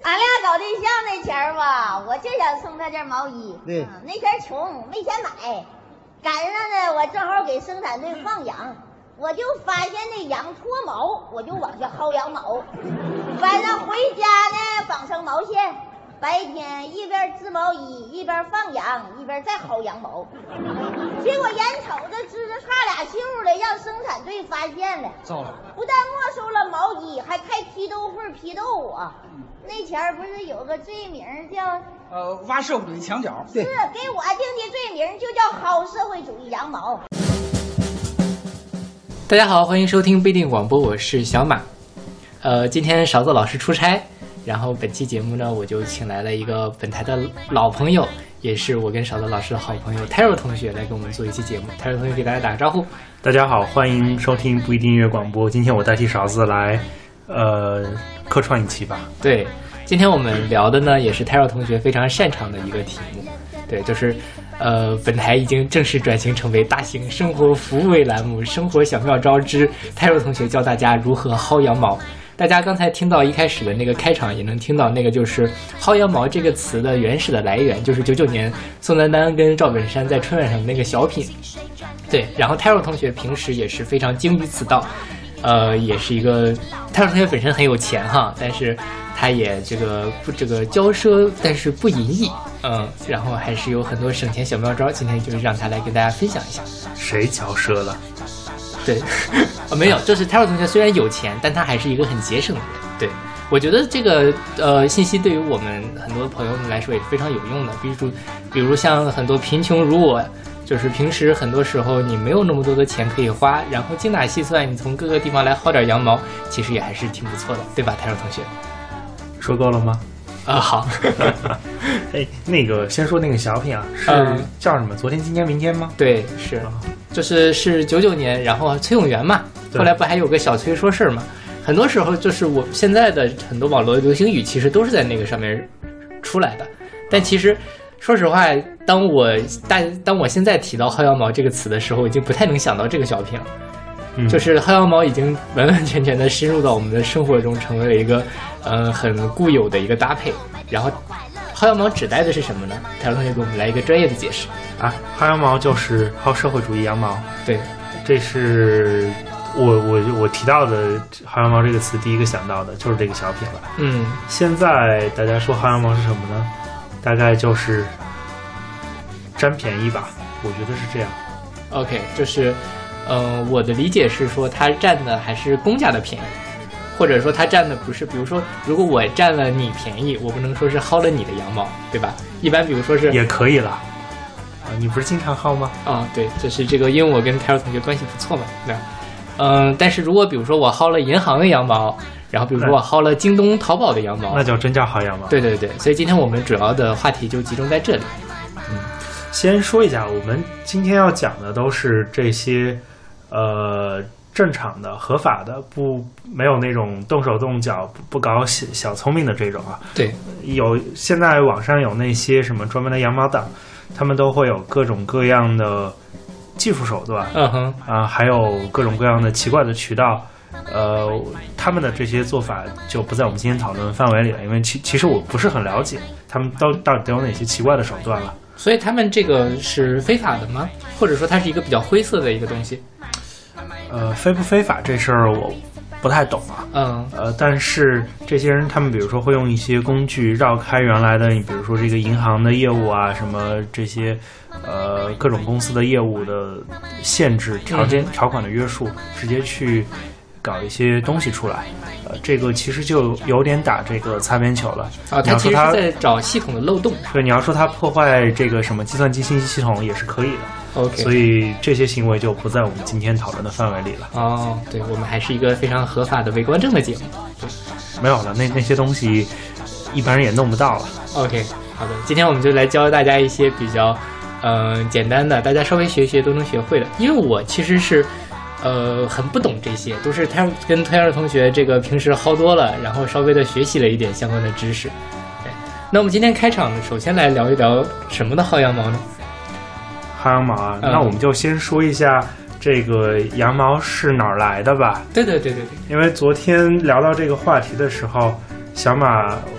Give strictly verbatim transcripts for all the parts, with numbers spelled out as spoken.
俺俩搞对象那前儿吧，我就想送他件毛衣。 对， 嗯、那前儿穷，没钱买，赶上呢，我正好给生产队放羊，我就发现那羊脱毛，我就往下薅羊毛，晚上回家呢绑上毛线，白天一边织毛衣一边放羊，一边再薅羊毛。结果眼瞅着织着差俩袖了，让生产队发现了， 糟了！ 不但没收了毛衣，还开批斗会批斗我。那前儿不是有个罪名叫呃挖社会主义墙角？ 是，给我定的罪名就叫薅社会主义羊毛。 大家好，欢迎收听不一定广播，我是小马。呃，今天勺子老师出差，然后本期节目呢，我就请来了一个本台的老朋友，也是我跟勺子老师的好朋友 Taro 同学来跟我们做一期节目。Taro 同学给大家打个招呼。 大家好，欢迎收听不一定音乐广播。今天我代替勺子来，呃，客串一期吧。 对，今天我们聊的呢，也是 Taro 同学非常擅长的一个题目。对，就是呃，本台已经正式转型成为大型生活服务类栏目《生活小妙招之 Taro 同学教大家如何薅羊毛》。大家刚才听到一开始的那个开场，也能听到那个就是薅羊毛这个词的原始的来源，就是九九年宋丹丹跟赵本山在春晚上的那个小品。对，然后 Taro 同学平时也是非常精于此道，呃，也是一个 Taro 同学本身很有钱哈，但是他也这个不这个骄奢，但是不淫逸，嗯，然后还是有很多省钱小妙招，今天就是让他来跟大家分享一下。 谁骄奢了？ 对，哦，没有，就是 Taro 同学虽然有钱，但他还是一个很节省的人。对，我觉得这个呃信息对于我们很多朋友们来说也是非常有用的。比如，比如像很多贫穷如我，就是平时很多时候你没有那么多的钱可以花，然后精打细算，你从各个地方来薅点羊毛，其实也还是挺不错的，对吧 ，Taro 同学？ 说够了吗？ 啊、呃，好。 哎，那个先说那个小品啊，是叫什么？昨天、今天、明天吗？ 对，是。就是是九九年，然后崔永元嘛，后来不还有个小崔说事儿嘛？很多时候就是我现在的很多网络流行语，其实都是在那个上面出来的。但其实说实话，当我大当我现在提到薅羊毛这个词的时候，已经不太能想到这个小品了。嗯、就是薅羊毛已经完完全全的深入到我们的生活中，成为了一个呃很固有的一个搭配。然后薅羊毛指代的是什么呢？Taro同学给我们来一个专业的解释啊！薅羊毛就是薅社会主义羊毛。 对， 这是我我我提到的薅羊毛这个词第一个想到的就是这个小品了。 嗯， 现在大家说薅羊毛是什么呢？大概就是占便宜吧，我觉得是这样。 OK， 就是，呃，我的理解是说，他占的还是公家的便宜。或者说他占的不是，比如说，如果我占了你便宜，我不能说是薅了你的羊毛，对吧？一般比如说是也可以了。啊，你不是经常薅吗？ 啊，对，就是这个，因为我跟 Taro 同学关系不错嘛，对吧？嗯，但是如果比如说我薅了银行的羊毛，然后比如说我薅了京东、淘宝的羊毛， 那就真叫薅羊毛。 对对对，所以今天我们主要的话题就集中在这里。 嗯，先说一下，我们今天要讲的都是这些，呃。正常的、合法的，不没有那种动手动脚、不不搞小小聪明的这种啊。 对， 有现在网上有那些什么专门的羊毛党，他们都会有各种各样的技术手段， 嗯哼啊，还有各种各样的奇怪的渠道。呃，他们的这些做法就不在我们今天讨论范围里了，因为其其实我不是很了解他们都到底都有哪些奇怪的手段了。 所以他们这个是非法的吗？或者说它是一个比较灰色的一个东西？ 呃，非不非法这事儿我不太懂啊。 嗯。 呃，但是这些人他们比如说会用一些工具绕开原来的，你比如说这个银行的业务啊，什么这些呃各种公司的业务的限制、条件、条款的约束，直接去搞一些东西出来。呃，这个其实就有点打这个擦边球了。 啊，他其实是在找系统的漏洞。 对，你要说他破坏这个什么计算机信息系统也是可以的。 OK， 所以这些行为就不在我们今天讨论的范围里了。 哦，对，我们还是一个非常合法的伪光正的节目。对， 没有了，那那些东西一般人也弄不到了。 OK， 好的，今天我们就来教大家一些比较嗯、呃、简单的，大家稍微学一学都能学会的。因为我其实是呃很不懂这些，都是他跟推二同学这个平时薅多了，然后稍微的学习了一点相关的知识。对，那我们今天开场首先来聊一聊什么的薅羊毛呢？ 薅羊毛啊、嗯，那我们就先说一下这个羊毛是哪儿来的吧。 对对对对对。 因为昨天聊到这个话题的时候，小马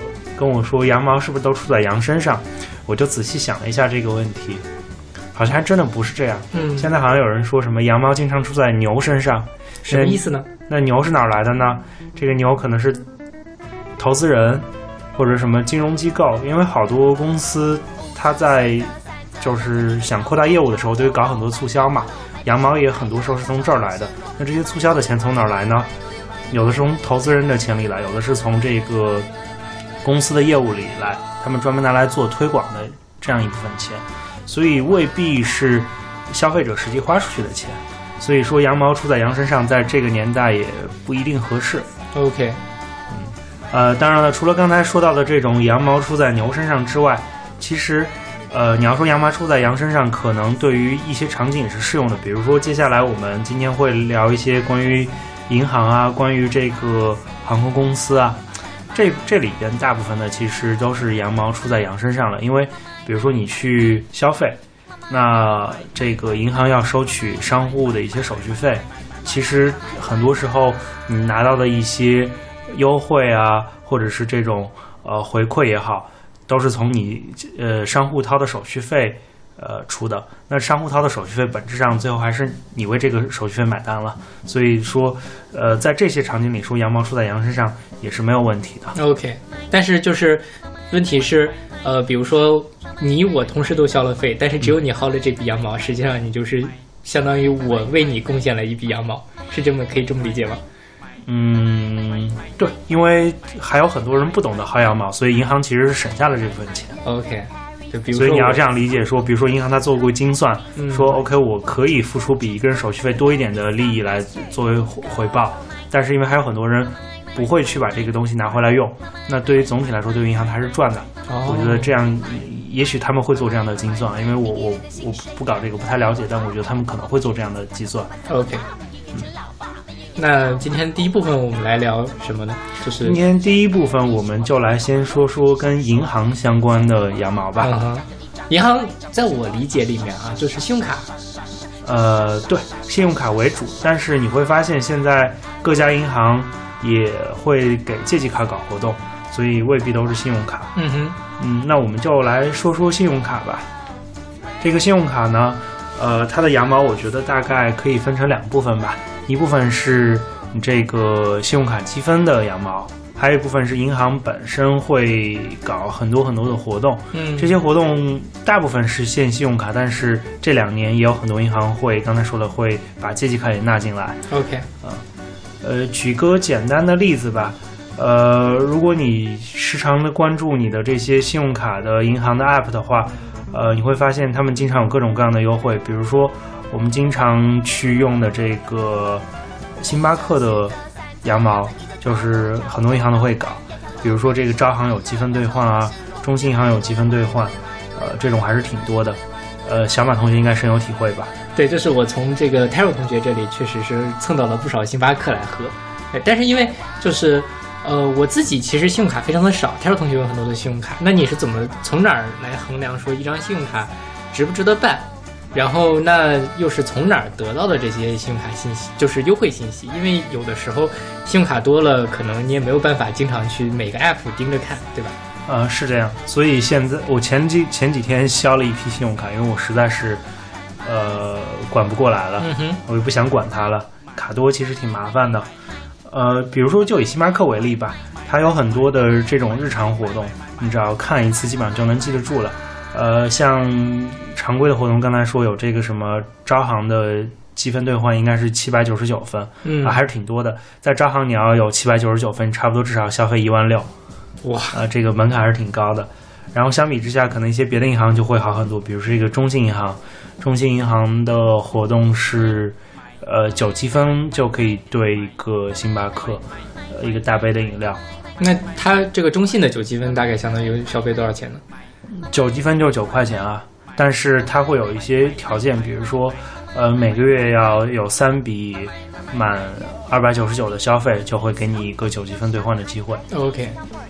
跟我说羊毛是不是都出在羊身上，我就仔细想了一下这个问题，好像还真的不是这样。 嗯， 现在好像有人说什么羊毛经常出在牛身上， 什么意思呢？ 那牛是哪儿来的呢？这个牛可能是投资人或者什么金融机构，因为好多公司它在就是想扩大业务的时候，都会搞很多促销嘛。羊毛也很多时候是从这儿来的。那这些促销的钱从哪儿来呢？有的是从投资人的钱里来，有的是从这个公司的业务里来，他们专门拿来做推广的这样一部分钱，所以未必是消费者实际花出去的钱。所以说羊毛出在羊身上，在这个年代也不一定合适。 OK， 嗯，呃，当然了，除了刚才说到的这种羊毛出在牛身上之外，其实呃，你要说羊毛出在羊身上，可能对于一些场景是适用的。比如说接下来我们今天会聊一些关于银行啊，关于这个航空公司啊，这这里边大部分的其实都是羊毛出在羊身上了。因为比如说你去消费，那这个银行要收取商户的一些手续费，其实很多时候你拿到的一些优惠啊，或者是这种呃回馈也好，都是从你呃商户掏的手续费呃出的。那商户掏的手续费本质上最后还是你为这个手续费买单了，所以说呃在这些场景里说羊毛出在羊身上也是没有问题的。 OK， 但是就是问题是呃比如说你我同时都消了费，但是只有你薅了这笔羊毛，实际上你就是相当于我为你贡献了一笔羊毛，是这么可以这么理解吗？ 嗯，对，因为还有很多人不懂得薅羊毛，所以银行其实是省下了这部分钱。 OK， 就比如说所以你要这样理解说，比如说银行它做过精算， 嗯、 说 OK 我可以付出比一个人手续费多一点的利益来作为回报，但是因为还有很多人不会去把这个东西拿回来用，那对于总体来说对于银行它还是赚的。 哦、 我觉得这样也许他们会做这样的精算，因为我我我不搞这个不太了解，但我觉得他们可能会做这样的计算。 OK， 嗯，那今天第一部分我们来聊什么呢？就是今天第一部分我们就来先说说跟银行相关的羊毛吧。 嗯、银行在我理解里面啊，就是信用卡。 呃，对，信用卡为主，但是你会发现现在各家银行也会给借记卡搞活动，所以未必都是信用卡。 嗯哼， 嗯，那我们就来说说信用卡吧。这个信用卡呢，呃，它的羊毛我觉得大概可以分成两部分吧，一部分是你这个信用卡积分的羊毛，还有一部分是银行本身会搞很多很多的活动。 嗯， 这些活动大部分是限信用卡，但是这两年也有很多银行会，刚才说了会把借记卡也纳进来。 OK， 啊，呃，举个简单的例子吧。呃，如果你时常的关注你的这些信用卡的银行的 app 的话，呃，你会发现他们经常有各种各样的优惠。比如说我们经常去用的这个星巴克的羊毛，就是很多银行都会搞。比如说这个招行有积分兑换啊，中信银行有积分兑换，呃，这种还是挺多的。呃，小马同学应该深有体会吧？ 对，就是我从这个 Taro 同学这里确实是蹭到了不少星巴克来喝。但是因为就是呃，我自己其实信用卡非常的少 ，Taro 同学有很多的信用卡，那你是怎么从哪儿来衡量说一张信用卡值不值得办？然后那又是从哪儿得到的这些信用卡信息，就是优惠信息？因为有的时候信用卡多了，可能你也没有办法经常去每个 app 盯着看，对吧？ 呃，是这样。所以现在我前几前几天消了一批信用卡，因为我实在是呃管不过来了， 嗯哼， 我也不想管它了，卡多其实挺麻烦的。呃，比如说就以星巴克为例吧，它有很多的这种日常活动，你只要看一次基本上就能记得住了。呃，像常规的活动，刚才说有这个什么招行的积分兑换，应该是七百九十九分， 嗯、 啊，还是挺多的。在招行你要有七百九十九分，差不多至少消费一万六， 哇， 啊，这个门槛还是挺高的。然后相比之下，可能一些别的银行就会好很多，比如说这个中信银行，中信银行的活动是。呃，九积分就可以兑一个星巴克，呃，一个大杯的饮料。 那它这个中信的九积分大概相当于消费多少钱呢？ 九积分就九块钱啊，但是它会有一些条件，比如说，呃，每个月要有三笔满二百九十九的消费，就会给你一个九积分兑换的机会。 OK，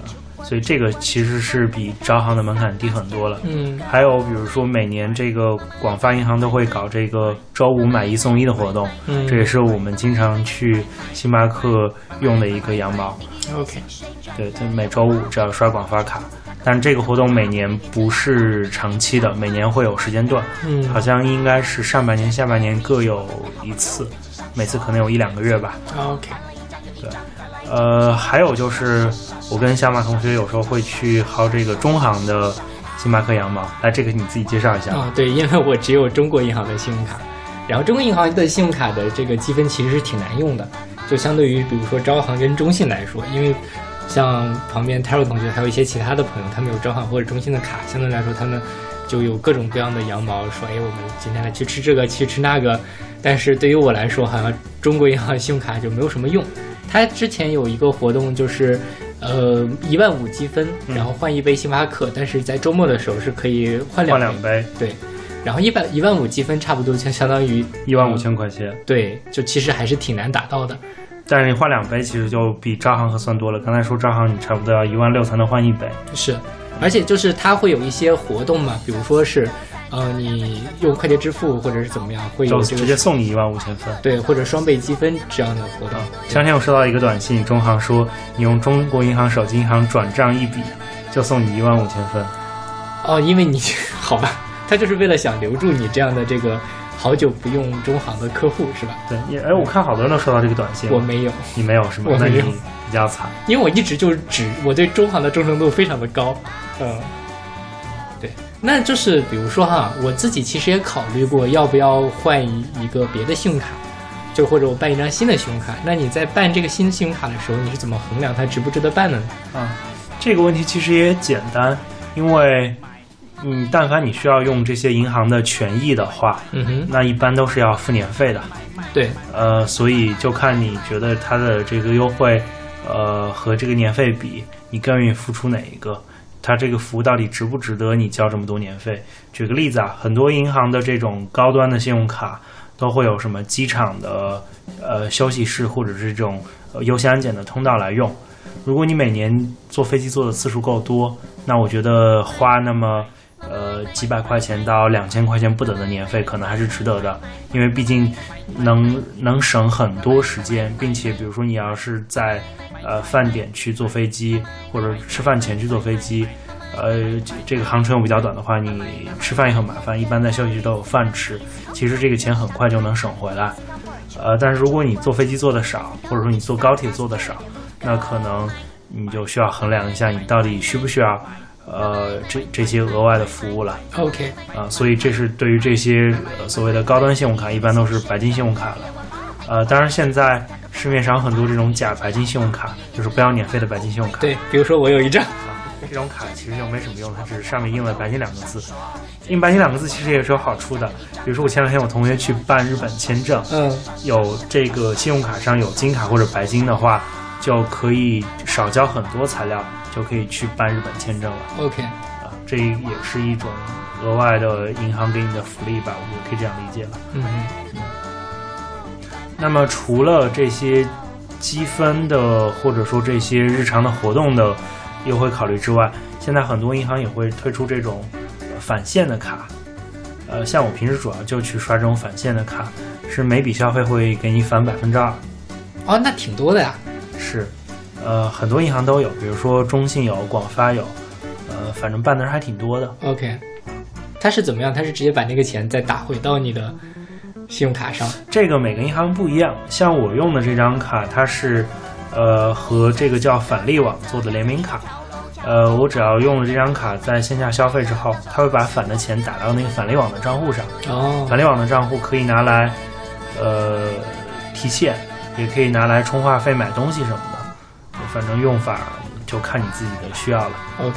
所以这个其实是比招行的门槛低很多了。 嗯， 还有比如说每年这个广发银行都会搞这个周五买一送一的活动， 嗯， 这也是我们经常去星巴克用的一个羊毛。 OK， 对，就每周五只要刷广发卡，但这个活动每年不是长期的，每年会有时间段， 嗯， 好像应该是上半年、下半年各有一次，每次可能有一两个月吧。 OK， 对，呃，还有就是我跟小马同学有时候会去薅这个中行的星巴克羊毛，来，这个你自己介绍一下。 哦，对，因为我只有中国银行的信用卡，然后中国银行的信用卡的这个积分其实是挺难用的，就相对于比如说招行跟中信来说，因为像旁边 Taro 同学还有一些其他的朋友，他们有招行或者中信的卡，相对来说他们就有各种各样的羊毛，说哎，我们今天来去吃这个，去吃那个。但是对于我来说，好像中国银行信用卡就没有什么用。它之前有一个活动，就是呃一万五积分，然后换一杯星巴克，嗯、但是在周末的时候是可以换两换两杯。 对，然后一百一万五积分差不多就相当于一万五千块钱。 对，就其实还是挺难达到的。 但是你换两杯，其实就比招行合算多了。刚才说招行，你差不多要一万六才能换一杯。 是，而且就是它会有一些活动嘛，比如说是，呃，你用快捷支付或者是怎么样，会有、这个、 就直接送你一万五千分。 对，或者双倍积分这样的活动。 前两天我收到一个短信，中行说你用中国银行手机银行转账一笔，就送你一万五千分。 哦，因为你好吧，他就是为了想留住你这样的这个。好久不用中行的客户是吧？ 对，也哎，我看好多人都收到这个短信。 我没有， 你没有是吗？ 我没有， 那你比较惨。 因为我一直就只我对中行的忠诚度非常的高，嗯，对，那就是比如说哈，我自己其实也考虑过要不要换一一个别的信用卡，就或者我办一张新的信用卡。那你在办这个新信用卡的时候，你是怎么衡量它值不值得办呢？ 啊，这个问题其实也简单，因为。嗯，但凡你需要用这些银行的权益的话， 嗯哼， 那一般都是要付年费的。 对， 呃，所以就看你觉得它的这个优惠，呃，和这个年费比，你更愿意付出哪一个？它这个服务到底值不值得你交这么多年费？举个例子啊，很多银行的这种高端的信用卡都会有什么机场的呃休息室或者是这种呃优先安检的通道来用。如果你每年坐飞机坐的次数够多，那我觉得花那么。呃，几百块钱到两千块钱不等的年费，可能还是值得的，因为毕竟能能省很多时间，并且比如说你要是在呃饭点去坐飞机，或者吃饭前去坐飞机，呃这这个航程又比较短的话，你吃饭也很麻烦，一般在休息室都有饭吃，其实这个钱很快就能省回来。呃，但是如果你坐飞机坐的少，或者说你坐高铁坐的少，那可能你就需要衡量一下你到底需不需要。呃，这这些额外的服务了。 OK， 啊、呃，所以这是对于这些、呃、所谓的高端信用卡，一般都是白金信用卡了。呃，当然现在市面上很多这种假白金信用卡，就是不要年费的白金信用卡。 对，比如说我有一张。 啊，这种卡其实就没什么用，它只是上面印了白金两个字。印白金两个字其实也是有好处的。比如说我前两天我同学去办日本签证， 嗯，有这个信用卡上有金卡或者白金的话，就可以少交很多材料。就可以去办日本签证了。 OK， 啊，这也是一种额外的银行给你的福利吧，我觉得可以这样理解了。 嗯嗯。那么除了这些积分的，或者说这些日常的活动的优惠考虑之外，现在很多银行也会推出这种返现的卡。呃，像我平时主要就去刷这种返现的卡，是每笔消费会给你返百分之二。 哦，那挺多的呀。 是。呃，很多银行都有，比如说中信有，广发有，呃，反正办的人还挺多的。 OK， 它是怎么样？它是直接把那个钱再打回到你的信用卡上？ 这个每个银行不一样，像我用的这张卡，它是呃和这个叫返利网做的联名卡。呃，我只要用了这张卡，在线下消费之后，它会把返的钱打到那个返利网的账户上。 哦， 返利网的账户可以拿来呃提现，也可以拿来充话费、买东西什么的。反正用法就看你自己的需要了。 OK，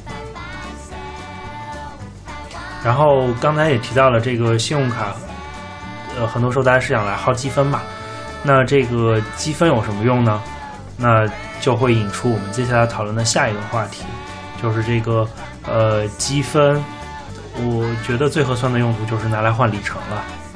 然后刚才也提到了这个信用卡，呃，很多时候大家是想来薅积分嘛，那这个积分有什么用呢？那就会引出我们接下来讨论的下一个话题，就是这个呃积分，我觉得最合算的用途就是拿来换里程了。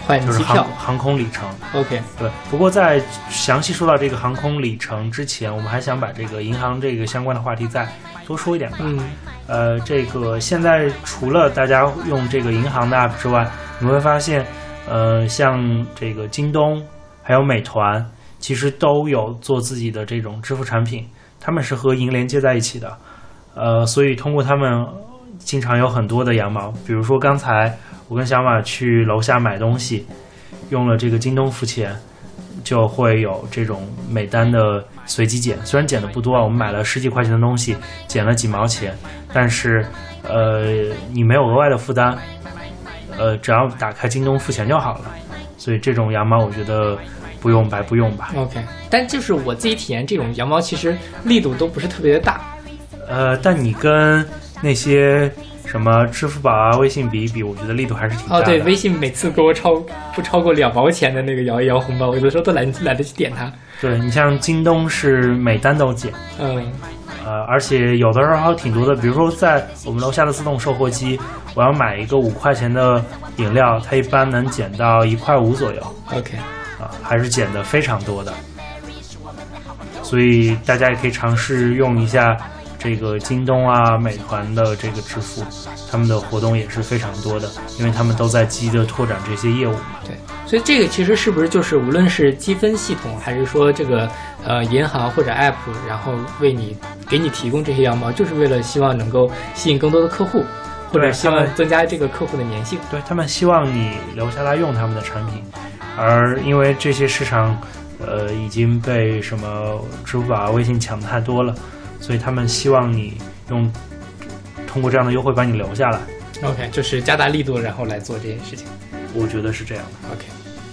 换就是机票航航空里程。 OK， 对，不过在详细说到这个航空里程之前，我们还想把这个银行这个相关的话题再多说一点吧。 嗯呃，这个现在除了大家用这个银行的 app 之外，你会发现，呃，像这个京东还有美团，其实都有做自己的这种支付产品，他们是和银联接在一起的。呃，所以通过他们经常有很多的羊毛，比如说刚才我跟小马去楼下买东西，用了这个京东付钱，就会有这种每单的随机减，虽然减的不多啊，我们买了十几块钱的东西，减了几毛钱，但是呃，你没有额外的负担，呃，只要打开京东付钱就好了。所以这种羊毛我觉得不用白不用吧。 OK， 但就是我自己体验这种羊毛，其实力度都不是特别的大。 呃，但你跟那些什么支付宝啊、微信比一比，我觉得力度还是挺大的。 哦，对，微信每次给我超不超过两毛钱的那个摇一摇红包，我有的时候都懒懒得去点它。 对，你像京东是每单都减， 嗯， 呃，而且有的时候还有挺多的，比如说在我们楼下的自动售货机，我要买一个五块钱的饮料，它一般能减到一块五左右。 OK， 啊，还是减的非常多的，所以大家也可以尝试用一下这个京东啊、美团的这个支付，他们的活动也是非常多的，因为他们都在积极的拓展这些业务嘛。 对，所以这个其实是不是就是无论是积分系统，还是说这个呃银行或者 app， 然后为你给你提供这些羊毛，就是为了希望能够吸引更多的客户，或者希望增加这个客户的粘性。 对，他们希望你留下来用他们的产品，而因为这些市场呃已经被什么支付宝、微信抢太多了，所以他们希望你用通过这样的优惠把你留下来。 OK， 就是加大力度，然后来做这件事情。 我觉得是这样的。 OK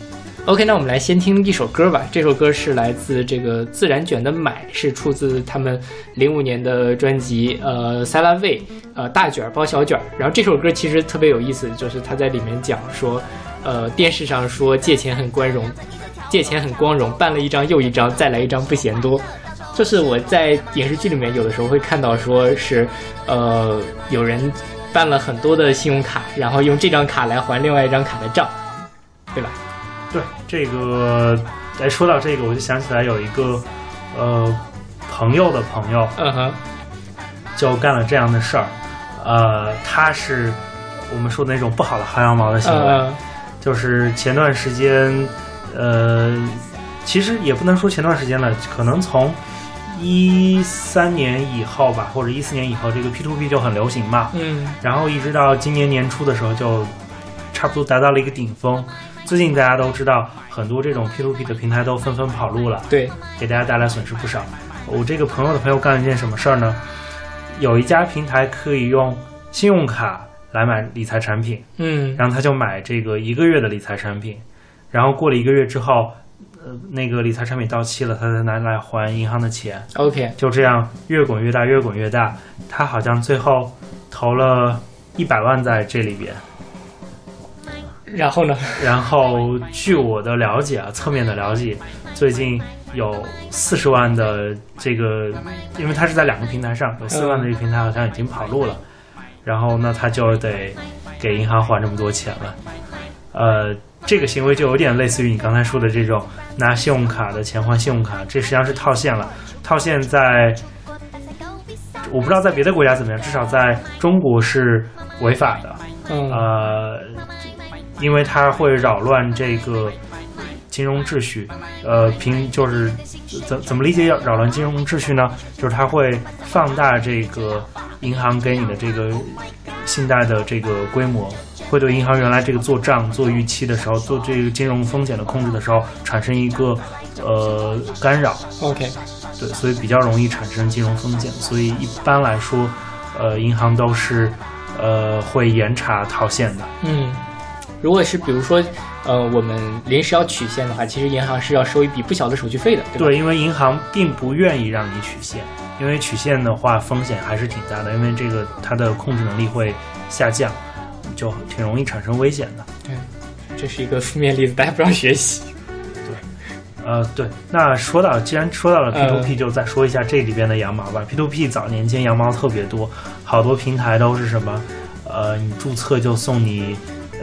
OK， 那我们来先听一首歌吧。这首歌是来自这个自然卷的《买》，是出自他们零五年的专辑呃塞拉卫呃大卷包小卷。然后这首歌其实特别有意思，就是他在里面讲说呃电视上说借钱很光荣，借钱很光荣，办了一张又一张，再来一张不嫌多。就是我在影视剧里面有的时候会看到说是呃有人办了很多的信用卡，然后用这张卡来还另外一张卡的账，对吧？ 对，这个哎，说到这个，我就想起来有一个呃朋友的朋友， 嗯哼， 就干了这样的事儿。呃，他是我们说的那种不好的薅羊毛的行为， 嗯、 就是前段时间，呃，其实也不能说前段时间了，可能从一三年以后吧，或者一四年以后，这个 P to P 就很流行嘛。 嗯， 然后一直到今年年初的时候，就差不多达到了一个顶峰。最近大家都知道，很多这种 P to P 的平台都纷纷跑路了， 对， 给大家带来损失不少。我这个朋友的朋友干了一件什么事儿呢？有一家平台可以用信用卡来买理财产品， 嗯， 然后他就买这个一个月的理财产品，然后过了一个月之后，呃，那个理财产品到期了，他才拿来还银行的钱。 OK， 就这样越滚越大，越滚越大。他好像最后投了一百万在这里边。 然后呢？ 然后据我的了解啊，侧面的了解，最近有四十万的这个，因为他是在两个平台上，有四万的这个平台好像已经跑路了，然后那他就得给银行还这么多钱了。呃，这个行为就有点类似于你刚才说的这种拿信用卡的钱还信用卡，这实际上是套现了。套现在我不知道在别的国家怎么样，至少在中国是违法的。 嗯， 呃。因为它会扰乱这个金融秩序，呃，平就是怎怎么理解扰乱金融秩序呢？就是它会放大这个银行给你的这个信贷的这个规模，会对银行原来这个做账、做预期的时候、做这个金融风险的控制的时候产生一个呃干扰。 OK， 对，所以比较容易产生金融风险，所以一般来说，呃，银行都是呃会严查套现的。 嗯。如果是比如说，呃，我们临时要取现的话，其实银行是要收一笔不小的手续费的，对吧？ 对，因为银行并不愿意让你取现，因为取现的话风险还是挺大的，因为这个它的控制能力会下降，就挺容易产生危险的。 对，这是一个负面例子，大家不要学习。 对，呃，对。那说到，既然说到了 P to P，、呃、就再说一下这里边的羊毛吧。P to P 早年间羊毛特别多，好多平台都是什么，呃，你注册就送你。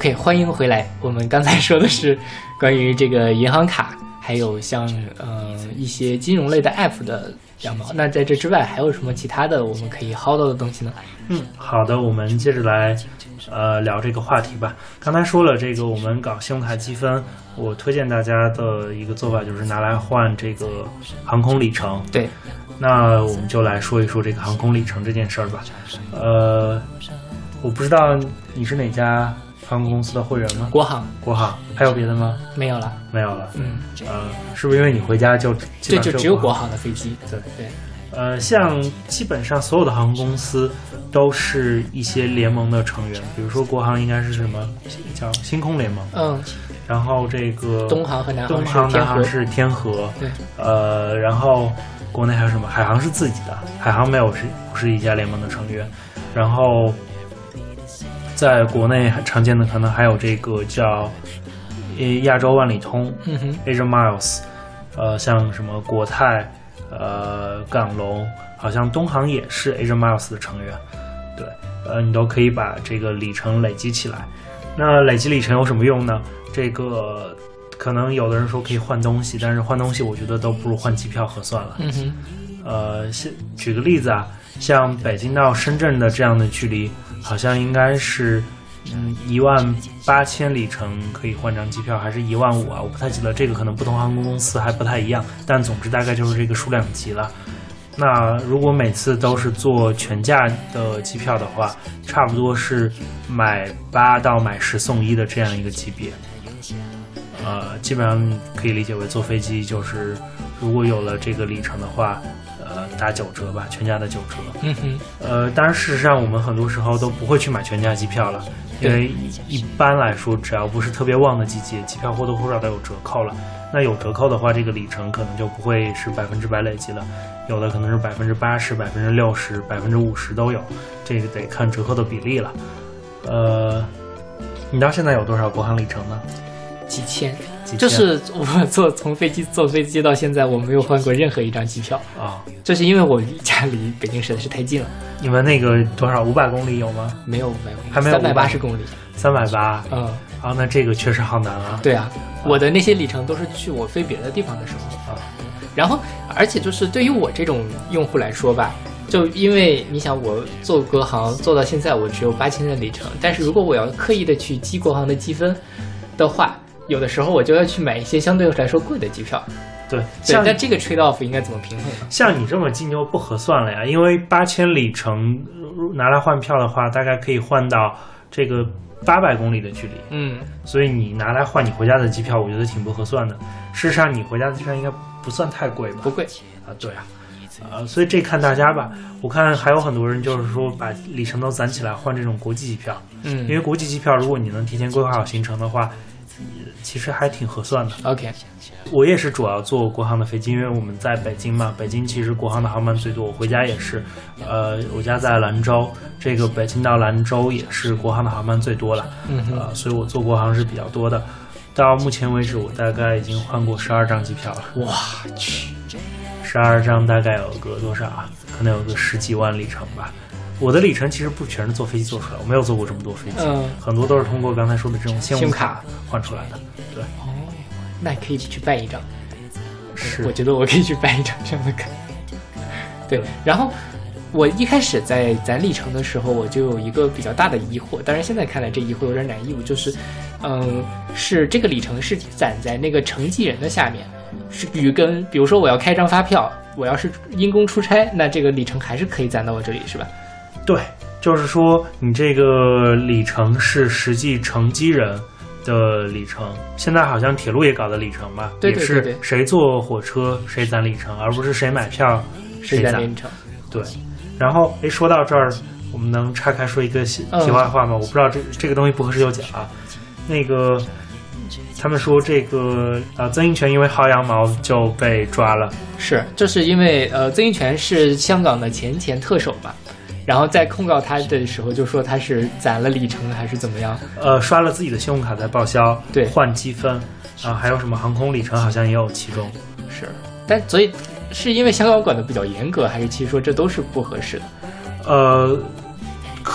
OK， 欢迎回来。我们刚才说的是关于这个银行卡，还有像呃一些金融类的 App 的羊毛。那在这之外，还有什么其他的我们可以薅到的东西呢？ 嗯，好的，我们接着来呃聊这个话题吧。刚才说了这个，我们搞信用卡积分，我推荐大家的一个做法就是拿来换这个航空里程。 对， 那我们就来说一说这个航空里程这件事儿吧。呃，我不知道你是哪家航空公司的会员吗？ 国航。 国航还有别的吗？ 没有了。 没有了。 嗯， 呃，是不是因为你回家就对，就只有国航的飞机？ 对对。 呃，像基本上所有的航空公司都是一些联盟的成员，比如说国航应该是什么叫星空联盟， 嗯， 然后这个东航和南航东航、南航是天河， 对， 呃，然后国内还有什么？海航是自己的，海航没有是不是一家联盟的成员，然后在国内常见的可能还有这个叫呃亚洲万里通， 嗯哼 ，Asia Miles， 呃，像什么国泰。呃，港龙好像东航也是 Asia Miles 的成员，对，呃，你都可以把这个里程累积起来。那累积里程有什么用呢？这个可能有的人说可以换东西，但是换东西我觉得都不如换机票合算了。 嗯哼， 呃，举个例子啊，像北京到深圳的这样的距离，好像应该是。嗯，一万八千里程可以换张机票，还是一万五啊？我不太记得，这个可能不同航空公司还不太一样，但总之大概就是这个数量级了。那如果每次都是做全价的机票的话，差不多是买八到买十送一的这样一个级别。呃，基本上可以理解为坐飞机就是如果有了这个里程的话。呃，打九折吧，全价的九折。 嗯哼。 呃，当然，事实上我们很多时候都不会去买全价机票了，因为一般来说，只要不是特别旺的季节，机票或多或少都有折扣了。那有折扣的话，这个里程可能就不会是百分之百累积了，有的可能是百分之八十、百分之六十、百分之五十都有，这个得看折扣的比例了。呃，你到现在有多少国航里程呢？ 几千。就是我坐从飞机坐飞机到现在，我没有换过任何一张机票啊， 这是因为我家离北京实在是太近了。 你们那个多少五百公里有吗？ 没有五百公里， 还没有三百八十公里。 三百八， 嗯， 啊，那这个确实好难啊。 对啊，我的那些里程都是去我飞别的地方的时候啊。然后，而且就是对于我这种用户来说吧，就因为你想，我做国航做到现在，我只有八千的里程，但是如果我要刻意的去积国航的积分的话。有的时候我就要去买一些相对来说贵的机票， 对， 对，但这个 trade off 应该怎么平衡呢？ 像你这么近就不合算了呀，因为八千里程拿来换票的话，大概可以换到这个八百公里的距离， 嗯， 所以你拿来换你回家的机票，我觉得挺不合算的。事实上，你回家的机票应该不算太贵吧？ 不贵啊，对啊，呃，所以这看大家吧。我看还有很多人就是说把里程都攒起来换这种国际机票， 嗯， 因为国际机票如果你能提前规划好行程的话。其实还挺合算的。 OK， 我也是主要坐国航的飞机，因为我们在北京嘛，北京其实国航的航班最多，我回家也是，呃，我家在兰州，这个北京到兰州也是国航的航班最多了， 嗯哼， 呃，所以我坐国航是比较多的。到目前为止，我大概已经换过十二张机票了。 哇去， 十二张大概有个多少啊？可能有个十几万里程吧。我的里程其实不全是坐飞机做出来，我没有坐过这么多飞机， 嗯， 很多都是通过刚才说的这种信用卡卡换出来的。对， 哦，那可以去办一张。 是， 我觉得我可以去办一张这样的卡。对，然后我一开始在攒里程的时候，我就有一个比较大的疑惑，当然现在看来这疑惑有点难义务，就是，嗯，是这个里程是攒在那个承继人的下面，是与跟比如说我要开张发票，我要是因公出差，那这个里程还是可以攒到我这里，是吧？ 对，就是说你这个里程是实际承继人的里程，现在好像铁路也搞的里程吧， 对对对对， 也是谁坐火车谁攒里程，而不是谁买票谁攒里程。 对，然后诶，说到这儿，我们能岔开说一个题外话吗？嗯、我不知道这这个东西不合适就讲啊。那个他们说这个呃曾荫权因为薅羊毛就被抓了， 是，就是因为呃曾荫权是香港的前前特首嘛。然后在控告他的时候就说他是攒了里程还是怎么样， 呃刷了自己的信用卡在报销， 对， 换积分啊，还有什么航空里程好像也有其中。 是，但所以是因为香港管的比较严格，还是其实说这都是不合适的？ 呃，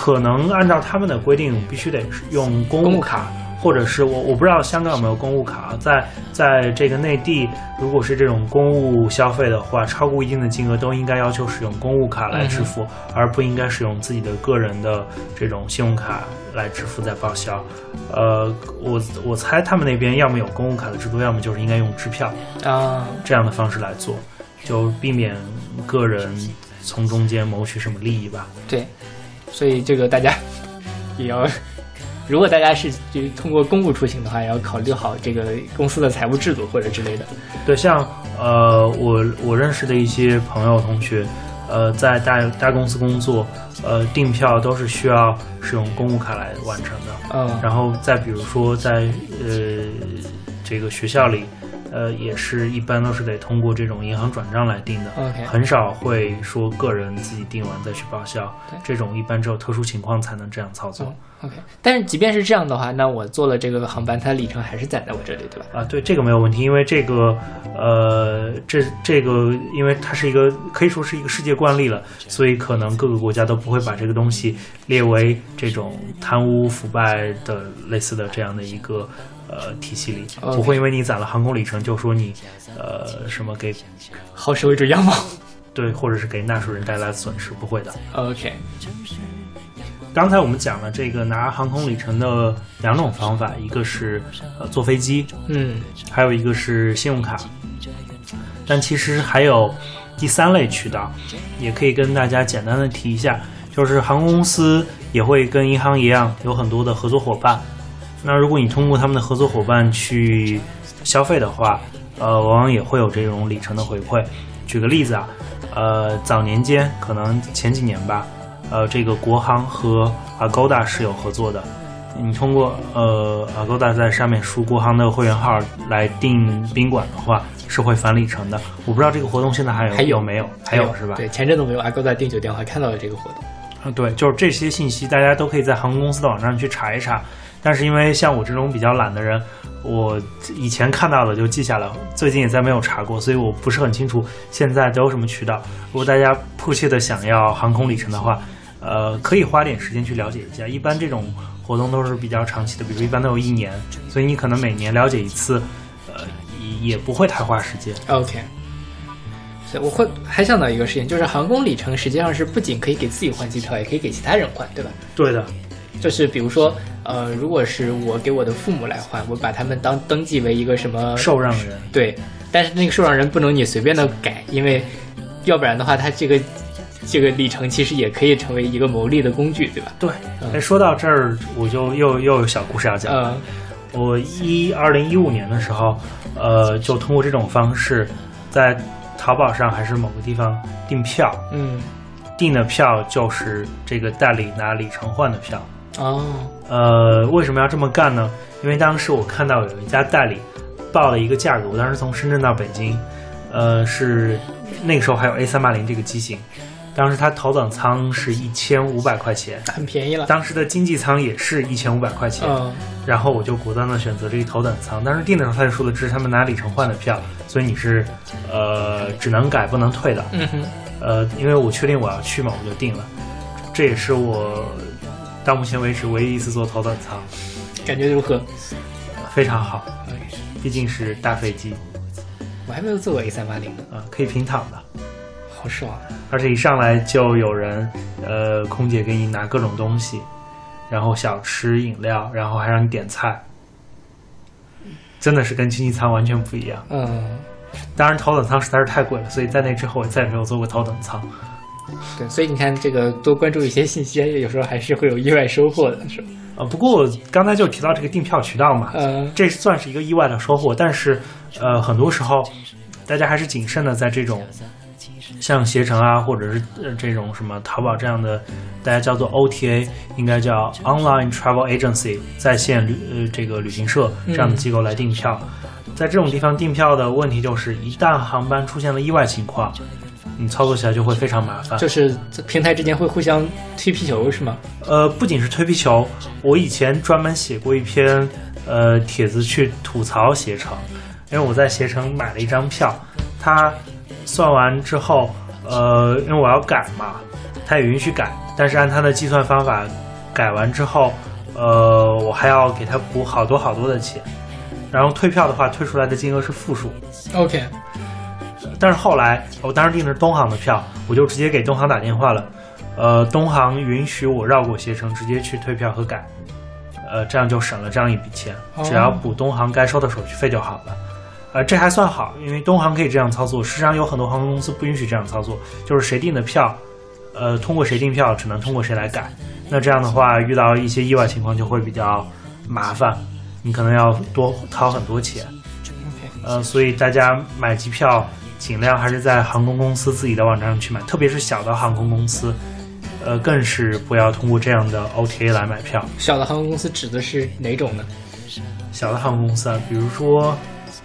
可能按照他们的规定，必须得用公务卡。或者是我我不知道香港有没有公务卡，在在这个内地，如果是这种公务消费的话，超过一定的金额都应该要求使用公务卡来支付，嗯、而不应该使用自己的个人的这种信用卡来支付再报销。呃，我我猜他们那边要么有公务卡的制度，要么就是应该用支票啊这样的方式来做，就避免个人从中间谋取什么利益吧。 对，所以这个大家也要。如果大家是就通过公务出行的话，也要考虑好这个公司的财务制度或者之类的。 对，像呃，我我认识的一些朋友同学，呃，在大大公司工作，呃，订票都是需要使用公务卡来完成的。 嗯， 然后再比如说在呃这个学校里，呃，也是一般都是得通过这种银行转账来订的。 OK， 很少会说个人自己订完再去报销。这种一般只有特殊情况才能这样操作。 嗯OK， 但是即便是这样的话，那我坐了这个航班，它的里程还是攒在我这里，对吧？ 啊，对，这个没有问题，因为这个，呃，这这个，因为它是一个可以说是一个世界惯例了，所以可能各个国家都不会把这个东西列为这种贪污腐败的类似的这样的一个呃体系里， okay. 不会因为你攒了航空里程就说你呃什么给好社会主义羊毛， 对，或者是给纳税人带来损失，不会的。 OK。 刚才我们讲了这个拿航空里程的两种方法，一个是呃坐飞机， 嗯， 还有一个是信用卡。但其实还有第三类渠道，也可以跟大家简单的提一下，就是航空公司也会跟银行一样有很多的合作伙伴。那如果你通过他们的合作伙伴去消费的话，呃，往往也会有这种里程的回馈。举个例子啊，呃，早年间可能前几年吧。呃，这个国航和 Agoda 是有合作的。你通过呃 Agoda 在上面输国航的会员号来订宾馆的话，是会返里程的。我不知道这个活动现在还有还有没有？还有是吧？ 对，前阵子我用 Agoda 订酒店，我还看到了这个活动。 嗯，对，就是这些信息大家都可以在航空公司的网站去查一查。但是因为像我这种比较懒的人，我以前看到的就记下来，最近也再没有查过，所以我不是很清楚现在都有什么渠道。如果大家迫切的想要航空里程的话，呃，可以花点时间去了解一下。一般这种活动都是比较长期的，比如一般都有一年，所以你可能每年了解一次，呃，也不会太花时间。 OK， 所以我会还想到一个事情，就是航空里程实际上是不仅可以给自己换机票，也可以给其他人换，对吧？ 对的， 就是比如说，呃，如果是我给我的父母来换，我把他们当登记为一个什么受让人， 对，但是那个受让人不能你随便的改，因为要不然的话，他这个。这个里程其实也可以成为一个牟利的工具，对吧？ 对， 嗯、 哎，说到这儿，我就又又有小故事要讲了。嗯、我一二零一五年的时候，呃，就通过这种方式，在淘宝上还是某个地方订票， 嗯， 订的票就是这个代理拿里程换的票。 哦， 呃，为什么要这么干呢？因为当时我看到有一家代理报了一个价格，我当时从深圳到北京，呃，是那个时候还有 A 三八零这个机型。当时它头等舱是一千五百块钱， 很便宜了。 当时的经济舱也是一千五百块钱， 嗯， 然后我就果断的选择这个头等舱。当时订的时候他就说的，这是他们拿里程换的票，所以你是呃只能改不能退的。 嗯哼， 呃，因为我确定我要去嘛，我就订了。这也是我到目前为止唯一一次坐头等舱。 感觉如何？ 非常好，毕竟是大飞机。 我还没有坐过 A 三八零呢， 啊，可以平躺的。 好爽！ 而且一上来就有人，呃，空姐给你拿各种东西，然后小吃、饮料，然后还让你点菜，真的是跟经济舱完全不一样。 嗯， 当然头等舱实在是太贵了，所以在那之后我再也没有坐过头等舱。 对，所以你看，这个多关注一些信息，有时候还是会有意外收获的，是吧？ 呃，不过我刚才就提到这个订票渠道嘛， 嗯， 这算是一个意外的收获，但是，呃，很多时候大家还是谨慎的，在这种。像携程啊，或者是、呃、这种什么淘宝这样的，大家叫做 O T A， 应该叫 Online Travel Agency 在线旅呃这个旅行社这样的机构来订票。嗯、在这种地方订票的问题就是，一旦航班出现了意外情况，你操作起来就会非常麻烦。 就是平台之间会互相推皮球是吗？ 呃，不仅是推皮球，我以前专门写过一篇呃帖子去吐槽携程，因为我在携程买了一张票，它。算完之后，呃，因为我要改嘛，他也允许改， 但是按他的计算方法改完之后，呃，我还要给他补好多好多的钱，然后退票的话，退出来的金额是负数。 OK。 但是后来我当时订的是东航的票，我就直接给东航打电话了，呃，东航允许我绕过携程直接去退票和改，呃，这样就省了这样一笔钱，只要补东航该收的手续费就好了。呃，这还算好，因为东航可以这样操作。事实上有很多航空公司不允许这样操作，就是谁订的票，呃，通过谁订票只能通过谁来改。那这样的话，遇到一些意外情况就会比较麻烦，你可能要多掏很多钱。呃，所以大家买机票尽量还是在航空公司自己的网站上去买，特别是小的航空公司，呃，更是不要通过这样的 O T A 来买票。 小的航空公司指的是哪种呢？ 小的航空公司啊，比如说，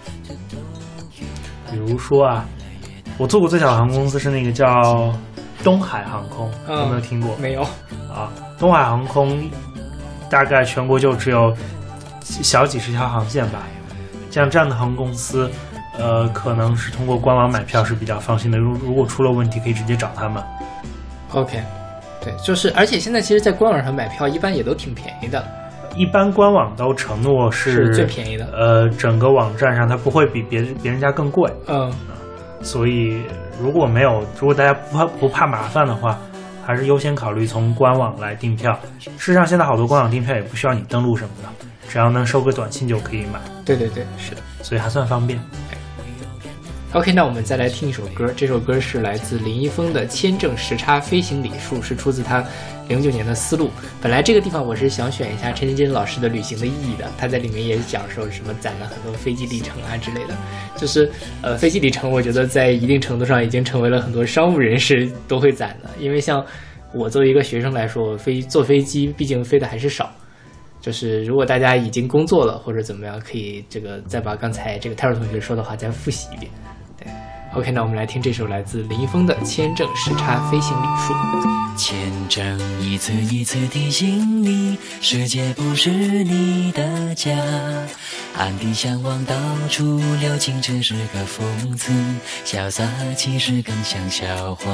比如说啊，我做过最小的航空公司是那个叫东海航空，嗯、有没有听过？ 没有啊，东海航空大概全国就只有小几十条航线吧。像这样的航空公司，呃，可能是通过官网买票是比较放心的。如如果出了问题，可以直接找他们。 OK， 对，就是，而且现在其实，在官网上买票一般也都挺便宜的。 一般官网都承诺是, 是最便宜的。 呃，整个网站上它不会比别别人家更贵。 嗯， 所以如果没有，如果大家不怕不怕麻烦的话，还是优先考虑从官网来订票。事实上，现在好多官网订票也不需要你登录什么的。只要能收个短信就可以买。 对对对，是的， 所以还算方便。 OK， 那我们再来听一首歌，这首歌是来自林一峰的《签证时差飞行礼数》，是出自他零九年的思路。本来这个地方我是想选一下陈金金老师的《旅行的意义》的，他在里面也讲说什么攒了很多飞机里程啊之类的。就是呃，飞机里程我觉得在一定程度上已经成为了很多商务人士都会攒的，因为像我作为一个学生来说，飞坐飞机毕竟飞的还是少。就是如果大家已经工作了或者怎么样，可以这个再把刚才这个泰若同学说的话再复习一遍。对 ，OK， 那我们来听这首来自林一峰的《签证时差飞行礼数》。 签证一次一次提醒你，世界不是你的家，暗地向往到处留情，只是个讽刺，潇洒其实更像笑话。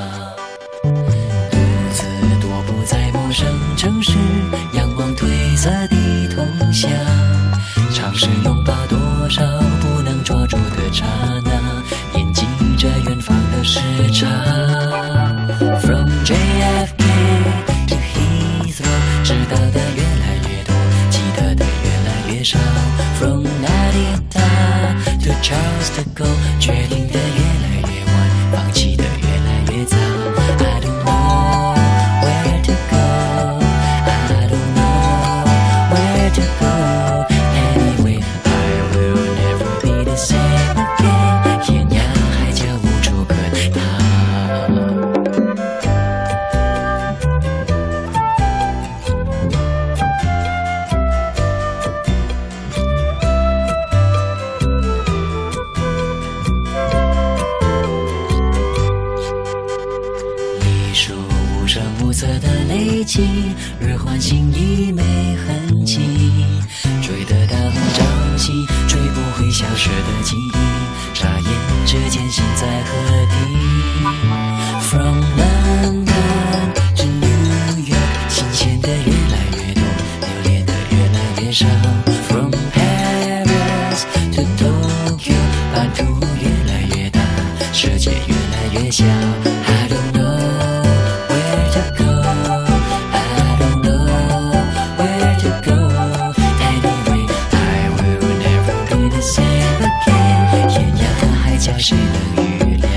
独自踱步在陌生城市，仰望褪色的铜像，尝试拥抱多少不能抓住的刹那，惦记着远方的时差。From J F K to Heathrow， 知道的越来越多，记得的越来越少。From Narita to Charles de Gaulle， 决定的越来越晚，放弃的越来越早。I don't know where to go， I don't know where to go。 Anyway I will never be the same again， 天涯海角无处可逃。无色的累积，日唤醒已没痕迹，追得到朝夕，追不回消失的记忆，眨眼之间心在何地。 From London to New York， 新鲜的越来越多，留恋的越来越少。 From Paris to Tokyo， 版图越来越大，世界越来越小。 I don't know where to go， I don't know where to go。 Anyway I will never be the same again， 天涯海角谁能预料。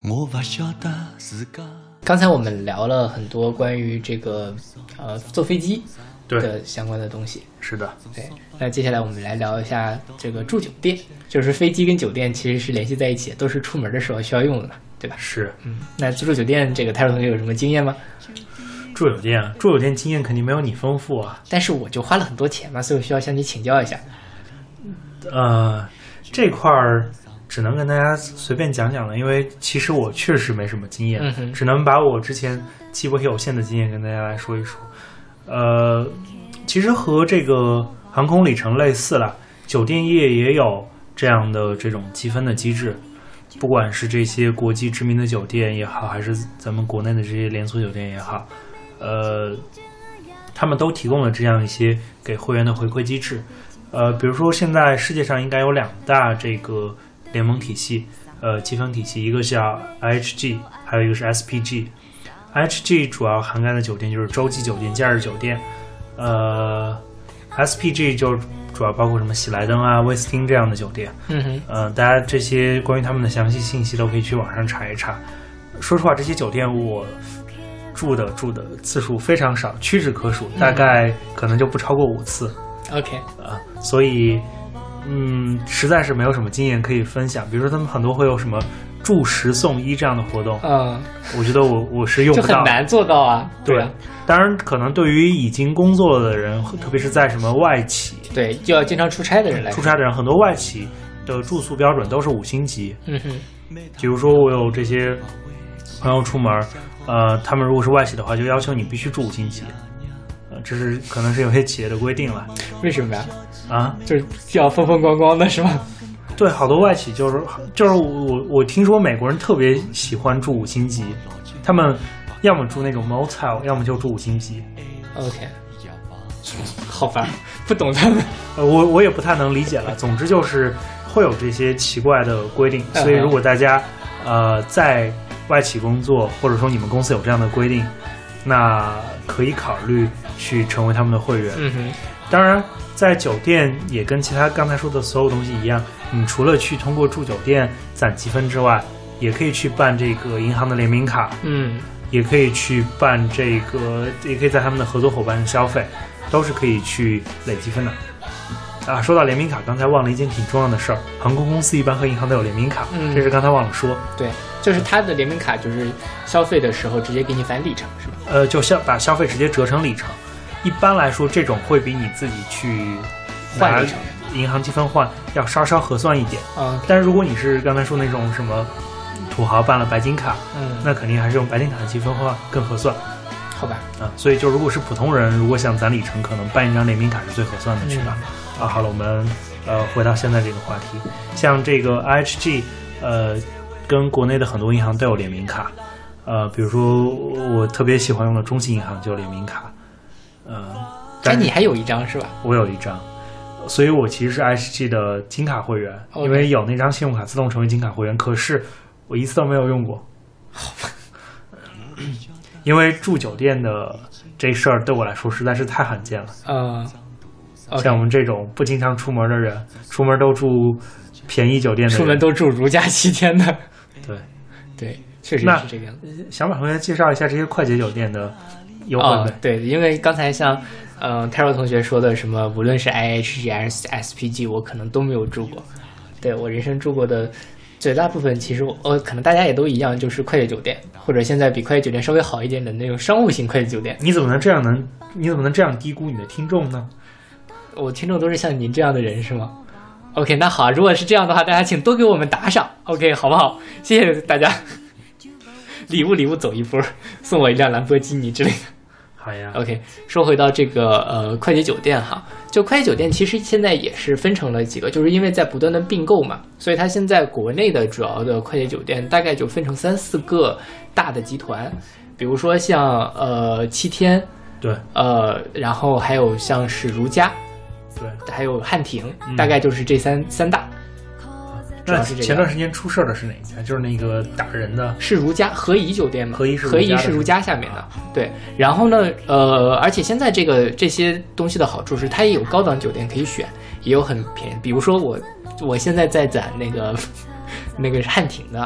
刚才我们聊了很多关于这个呃坐飞机对的相关的东西， 是的， 对。那接下来我们来聊一下这个住酒店，就是飞机跟酒店其实是联系在一起的，都是出门的时候需要用的嘛，对吧？ 是。 嗯，那住酒店这个泰若同学有什么经验吗？ 住酒店，住酒店经验肯定没有你丰富啊。 但是我就花了很多钱嘛，所以我需要向你请教一下。 呃，这块儿只能跟大家随便讲讲了，因为其实我确实没什么经验， 嗯哼， 只能把我之前极为有限的经验跟大家来说一说。呃，其实和这个航空里程类似了，酒店业也有这样的这种积分的机制，不管是这些国际知名的酒店也好，还是咱们国内的这些连锁酒店也好，呃，他们都提供了这样一些给会员的回馈机制。呃，比如说现在世界上应该有两大这个联盟体系，呃，积分体系，一个叫 I H G， 还有一个是 S P G。I H G 主要涵盖的酒店就是洲际酒店、假日酒店，呃 ，S P G 就主要包括什么喜来登啊、威斯汀这样的酒店。 嗯哼， 呃，大家这些关于他们的详细信息都可以去网上查一查。说实话，这些酒店我住的住的次数非常少，屈指可数，大概可能就不超过五次。 OK， 啊，所以嗯，实在是没有什么经验可以分享。比如说，他们很多会有什么住十送一这样的活动， 嗯， 我觉得我我是用不到， 就很难做到啊。 对， 对啊， 当然可能对于已经工作的人，特别是在什么外企， 对，就要经常出差的人来说出差的人，很多外企的住宿标准都是五星级。 嗯哼， 比如说我有这些朋友出门，呃，他们如果是外企的话，就要求你必须住五星级。呃，这是可能是有些企业的规定了。 为什么呀？ 啊， 就是要风风光光的是吗？ 对，好多外企就是就是我我听说美国人特别喜欢住五星级，他们要么住那种 motel， 要么就住五星级。 OK， 好吧，不懂他们。 呃，我我也不太能理解了。总之就是会有这些奇怪的规定，所以如果大家呃在外企工作，或者说你们公司有这样的规定，那可以考虑去成为他们的会员。 嗯哼， 当然，在酒店也跟其他刚才说的所有东西一样，你除了去通过住酒店攒积分之外，也可以去办这个银行的联名卡， 嗯， 也可以去办这个，也可以在他们的合作伙伴消费，都是可以去累积分的。啊，说到联名卡，刚才忘了一件挺重要的事儿，航空公司一般和银行都有联名卡， 嗯这是刚才忘了说。 对，就是他的联名卡，就是消费的时候直接给你返里程，是吧？ 呃，就消把消费直接折成里程。一般来说，这种会比你自己去换里程、 银行积分换要稍稍合算一点。 啊， 但是如果你是刚才说那种什么土豪办了白金卡， 嗯， 那肯定还是用白金卡的积分换更合算。 好吧， 啊，所以就如果是普通人，如果想攒里程，可能办一张联名卡是最合算的，是吧？ 嗯啊，好了，我们呃回到现在这个话题，像这个 I H G， 呃，跟国内的很多银行都有联名卡，呃，比如说我特别喜欢用的中信银行就有联名卡，呃， 哎，你还有一张是吧？ 我有一张，所以我其实是 I H G 的金卡会员， Okay. 因为有那张信用卡自动成为金卡会员，可是我一次都没有用过。好吧。因为住酒店的这事儿对我来说实在是太罕见了。 嗯、呃， 像我们这种不经常出门的人，出门都住便宜酒店的人， 出门都住如家七天的。 对， 对，确实是这个样子。 想把同学介绍一下这些快捷酒店的优惠呗、 哦？对，因为刚才像嗯、呃、Taro 同学说的什么，无论是 I H G 还是 S P G， 我可能都没有住过。对，我人生住过的绝大部分，其实我、呃、可能大家也都一样，就是快捷酒店，或者现在比快捷酒店稍微好一点的那种商务型快捷酒店。 你怎么能这样能？你怎么能这样低估你的听众呢？ 我听众都是像您这样的人是吗 ？OK， 那好，如果是这样的话，大家请多给我们打赏 ，OK， 好不好？谢谢大家。礼物礼物走一波，送我一辆兰博基尼之类的。 好呀 ，OK， 说回到这个呃快捷酒店哈，就快捷酒店其实现在也是分成了几个，就是因为在不断的并购嘛，所以它现在国内的主要的快捷酒店大概就分成三四个大的集团，比如说像呃七天， 对， 呃，然后还有像是如家， 对， 还有汉庭， 嗯、 大概就是这三三大。 那前段时间出事的是哪一家？就是那个打人的， 是如家和颐酒店嘛？ 和颐是和颐是如家下面的，对。然后呢，呃，而且现在这个这些东西的好处是，它也有高档酒店可以选，也有很便宜。比如说我，我现在在攒那个那个是汉庭的，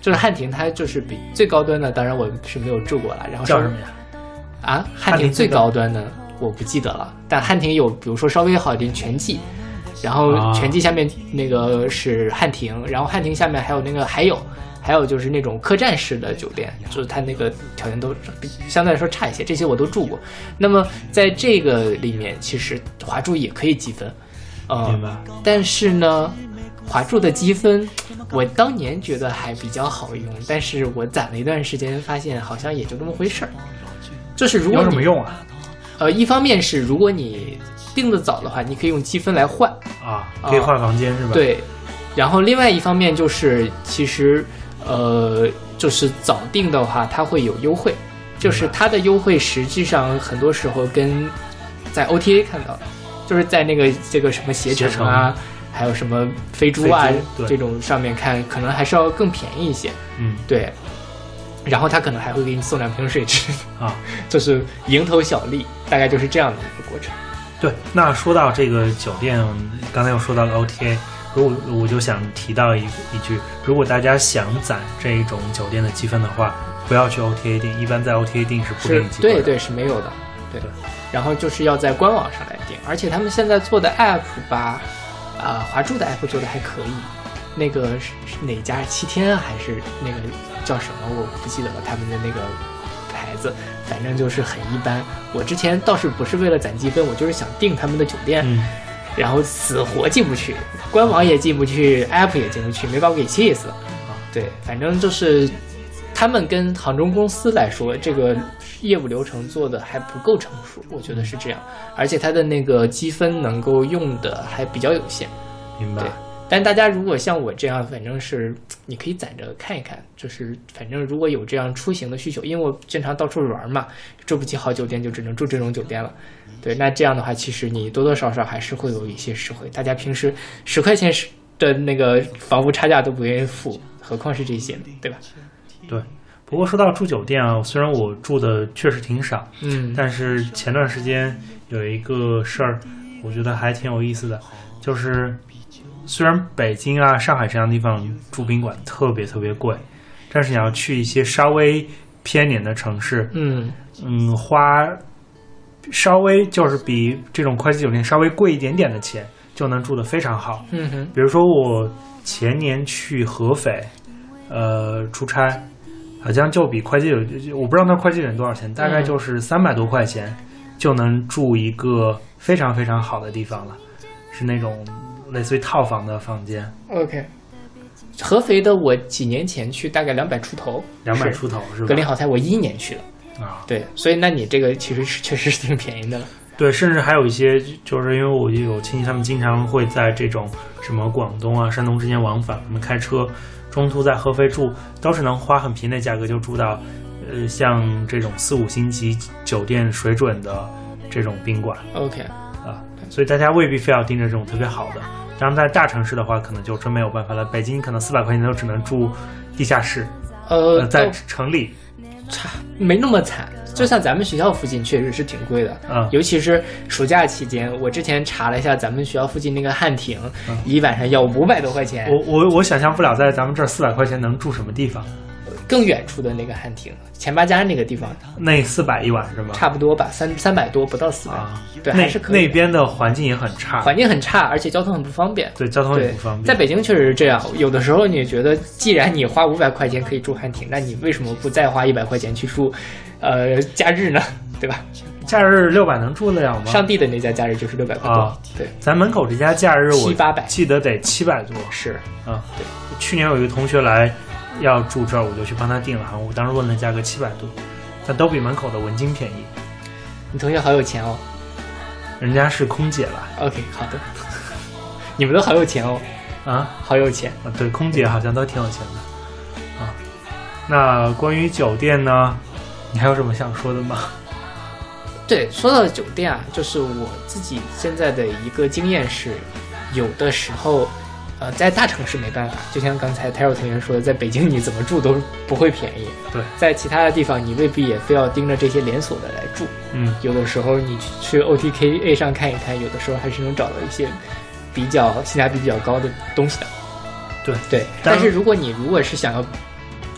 就是汉庭，它就是比最高端的，当然我是没有住过了。然后叫什么呀？ 啊，汉庭最高端的我不记得了，但汉庭有比如说稍微好一点全季，然后全季下面那个是汉庭，然后汉庭下面还有那个还有。还有就是那种客栈式的酒店，就是它那个条件都相对来说差一些，这些我都住过。那么在这个里面，其实华住也可以积分，呃，但是呢，华住的积分，我当年觉得还比较好用，但是我攒了一段时间，发现好像也就这么回事儿。就是如果你有什么用啊？ 呃，一方面是如果你订的早的话，你可以用积分来换啊，可以换房间、呃、是吧？ 对。然后另外一方面就是其实。呃，就是早订的话，它会有优惠，就是它的优惠实际上很多时候跟在 O T A 看到，就是在那个这个什么携程啊，还有什么飞猪啊这种上面看，可能还是要更便宜一些。 嗯， 对。然后他可能还会给你送两瓶水吃啊， 就是蝇头小利，大概就是这样的一个过程。 对，那说到这个酒店，刚才又说到了 O T A。如果我就想提到一一句，如果大家想攒这一种酒店的积分的话，不要去 O T A 订，一般在 O T A 订是不给你积分的。 对对，是没有的。对，对然后就是要在官网上来订，而且他们现在做的 app 吧，啊、呃，华住的 app 做的还可以。那个是哪家？七天还是那个叫什么？我不记得了，他们的那个牌子，反正就是很一般。我之前倒是不是为了攒积分，我就是想订他们的酒店。 嗯然后死活进不去，官网也进不去 app 也进不去，没把我给气死了。对，反正就是他们跟航空公司来说，这个业务流程做的还不够成熟，我觉得是这样。而且它的那个积分能够用的还比较有限。 明白。 对，但大家如果像我这样，反正是你可以攒着看一看，就是反正如果有这样出行的需求，因为我经常到处玩嘛，住不起好酒店就只能住这种酒店了。对，那这样的话，其实你多多少少还是会有一些实惠。大家平时十块钱的那个房屋差价都不愿意付，何况是这些，对吧？ 对。不过说到住酒店啊，虽然我住的确实挺少， 嗯， 但是前段时间有一个事儿，我觉得还挺有意思的，就是虽然北京啊、上海这样的地方住宾馆特别特别贵，但是你要去一些稍微偏点的城市， 嗯嗯，花。稍微就是比这种快捷酒店稍微贵一点点的钱就能住得非常好。 嗯哼， 比如说我前年去合肥，呃，出差，好像就比快捷酒店，我不知道那快捷酒店多少钱，大概就是三百多块钱就能住一个非常非常好的地方了，是那种类似于套房的房间。 OK， 合肥的我几年前去大概两百出头， 两百出头是吧？ 格林豪泰我一一年去的。 啊， 对，所以那你这个其实是确实是挺便宜的了。 对，甚至还有一些，就是因为我有亲戚，他们经常会在这种什么广东啊、山东之间往返，我们开车中途在合肥住，都是能花很便宜的价格就住到，呃，像这种四五星级酒店水准的这种宾馆。 OK， 啊，所以大家未必非要盯着这种特别好的。当然，在大城市的话，可能就真没有办法了。北京可能四百块钱都只能住地下室， 呃， 呃在城里。 差没那么惨，就像咱们学校附近确实是挺贵的， 嗯， 尤其是暑假期间，我之前查了一下，咱们学校附近那个汉庭，嗯、一晚上要五百多块钱。 我我我想象不了，在咱们这儿四百块钱能住什么地方。 更远处的那个汉庭，前八家那个地方， 那四百一晚是吗？ 差不多吧，三三百多，不到四百、啊，对，还是可以。 那边的环境也很差， 环境很差，而且交通很不方便。 对，交通也不方便。 在北京确实是这样，有的时候你觉得，既然你花五百块钱可以住汉庭，那你为什么不再花一百块钱去住，呃，假日呢？对吧？ 假日六百能住得了吗？ 上帝的那家假日就是六百块多、 啊， 对。 咱门口这家假日我七八百， 记得得七百多。 是， 啊，对。去年有一个同学来。要住这儿，我就去帮他订了哈。我当时问了价格七百多，但都比门口的文京便宜。 你同学好有钱哦， 人家是空姐了。 OK， 好的，你们都好有钱哦， 啊， 好有钱啊！对，空姐好像都挺有钱的啊。那关于酒店呢，你还有什么想说的吗？ 对，说到酒店啊，就是我自己现在的一个经验是，有的时候。呃，在大城市没办法，就像刚才泰若同学说的，在北京你怎么住都不会便宜。 对， 在其他的地方你未必也非要盯着这些连锁的来住。 嗯， 有的时候你去 O T K A 上看一看，有的时候还是能找到一些比较性价比比较高的东西的。 对对，但是如果你如果是想要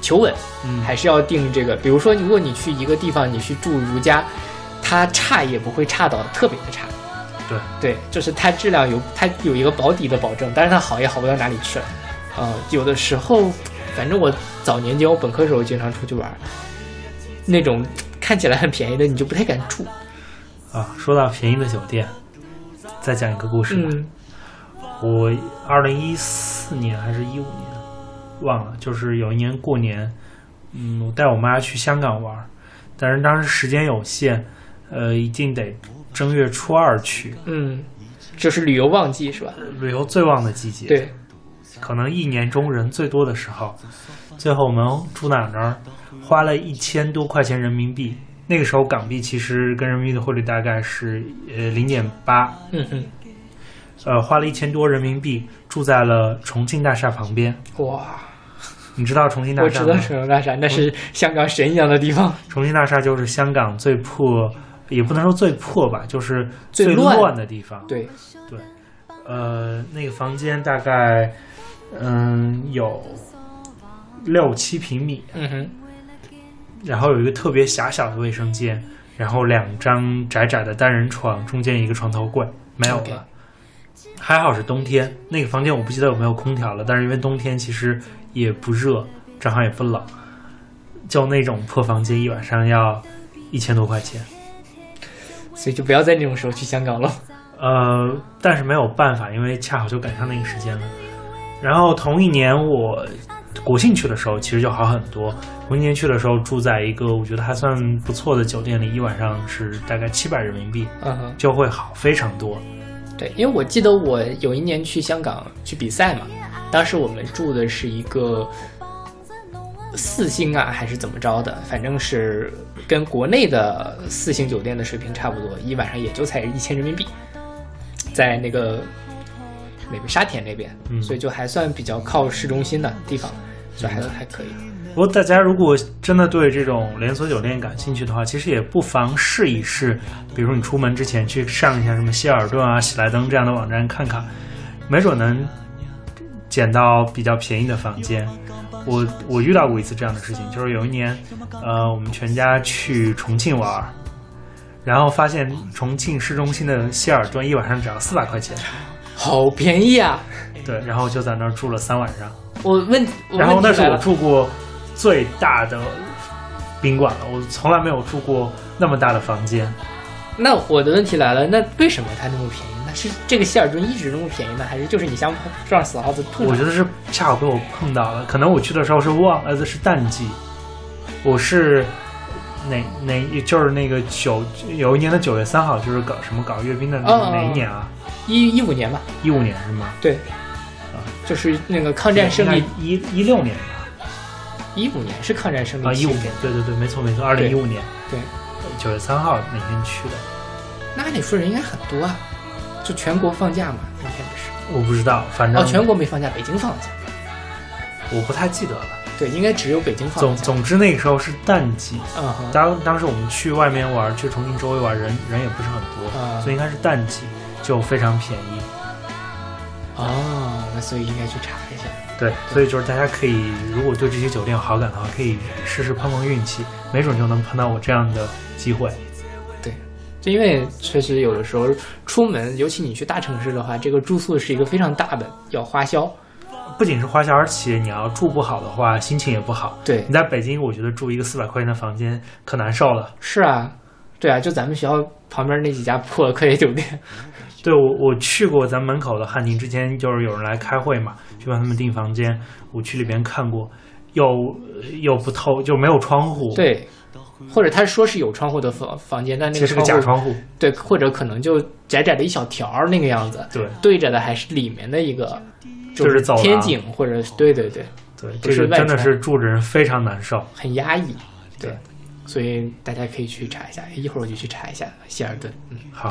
求稳， 嗯还是要定这个。比如说，如果你去一个地方，你去住如家，它差也不会差到特别的差。 对对，就是它质量有它有一个保底的保证，但是它好也好不到哪里去了。呃，有的时候，反正我早年间我本科时候经常出去玩，那种看起来很便宜的，你就不太敢住。 啊，说到便宜的酒店，再讲一个故事吧。 嗯我二零一四年还是一五年，忘了，就是有一年过年，嗯，我带我妈去香港玩，但是当时时间有限，呃，一定得正月初二去， 嗯，就是旅游旺季是吧？ 旅游最旺的季节，， 对， 可能一年中人最多的时候。最后我们住哪那儿，花了一千多块钱人民币。那个时候港币其实跟人民币的汇率大概是呃零点八， 嗯嗯， 呃，花了一千多人民币，住在了重庆大厦旁边。 哇， 你知道重庆大我知道厦吗？ 重庆大厦，那是香港神一样的地方。 重庆大厦就是香港最破，也不能说最破吧，就是最最乱乱的地方。 对， 对，呃，那个房间大概嗯有六七平米， 嗯哼， 然后有一个特别狭小的卫生间，然后两张窄窄的单人床，中间一个床头柜，没有了。 OK 还好是冬天，那个房间我不记得有没有空调了，但是因为冬天其实也不热，正好也不冷，就那种破房间一晚上要一千多块钱。 所以就不要在那种时候去香港了。 呃，但是没有办法，因为恰好就赶上那个时间了。然后同一年我国庆去的时候，其实就好很多。国庆节去的时候住在一个我觉得还算不错的酒店里，一晚上是大概七百人民币， 嗯哼， 就会好非常多。 对，因为我记得我有一年去香港去比赛嘛，当时我们住的是一个四星啊，还是怎么着的，反正是跟国内的四星酒店的水平差不多，一晚上也就才一千人民币，在那个那个沙田那边， 嗯所以就还算比较靠市中心的地方，所以还还可以。 不过大家如果真的对这种连锁酒店感兴趣的话，其实也不妨试一试，比如你出门之前去上一下什么希尔顿啊、喜来登这样的网站看看，没准能捡到比较便宜的房间。我我遇到过一次这样的事情，就是有一年，呃，我们全家去重庆玩，然后发现重庆市中心的希尔顿一晚上只要四百块钱， 好便宜啊！ 对，然后就在那儿住了三晚上。 我问，我然后那是我问题来了住过最大的宾馆了，我从来没有住过那么大的房间。 那我的问题来了，那为什么它那么便宜？那是这个希尔顿一直那么便宜呢，还是就是你想撞死耗子碰上？ 我觉得是恰好被我碰到了，可能我去的时候是旺，呃，是淡季。我是哪哪就是那个九有一年的九月三号，就是搞什么搞阅兵的那、 哦哪一年啊？ 一一五年吧， 一五年是吗？ 对，啊，就是那个抗战胜利， 一一六年吧？ 一五年是抗战胜利啊，一五期年，对对对，没错没错，二零一五年对， 九月三号那天去的。 那按理说人应该很多啊，就全国放假嘛，那天不是？ 我不知道，反正哦，全国没放假，北京放假。 我不太记得了。 对，应该只有北京放假。 总总之那个时候是淡季， 嗯哼， 当当时我们去外面玩，去重庆周围玩，人人也不是很多， 啊所以应该是淡季，就非常便宜。 哦，那所以应该去查一下。 对，所以就是大家可以，如果对这些酒店有好感的话，可以试试碰碰运气，没准就能碰到我这样的机会。 对，就因为确实有的时候出门，尤其你去大城市的话，这个住宿是一个非常大的要花销。 不仅是花销，而且你要住不好的话，心情也不好。 对你在北京，我觉得住一个四百块钱的房间可难受了。 是啊，对啊，就咱们学校旁边那几家破科研酒店。 对，我我去过咱们门口的汉庭，之前就是有人来开会嘛，去帮他们订房间，我去里边看过，又又不透，就没有窗户。， 对，或者他说是有窗户的房房间，但那个其实是个假窗户。 对，或者可能就窄窄的一小条儿那个样子， 对对着的还是里面的一个， 就是走廊天井或者对对对， 对， 不是外这个真的窗是住着人非常难受。 很压抑。对， 对所以大家可以去查一下，一会儿我就去查一下希尔顿。嗯好，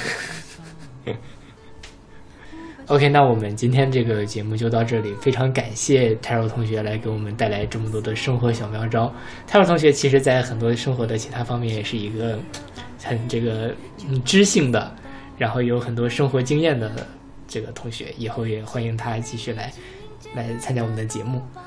，OK， 那我们今天这个节目就到这里，非常感谢泰若同学来给我们带来这么多的生活小妙招。泰若同学其实在很多生活的其他方面也是一个很这个嗯知性的，然后有很多生活经验的这个同学，以后也欢迎他继续来来参加我们的节目。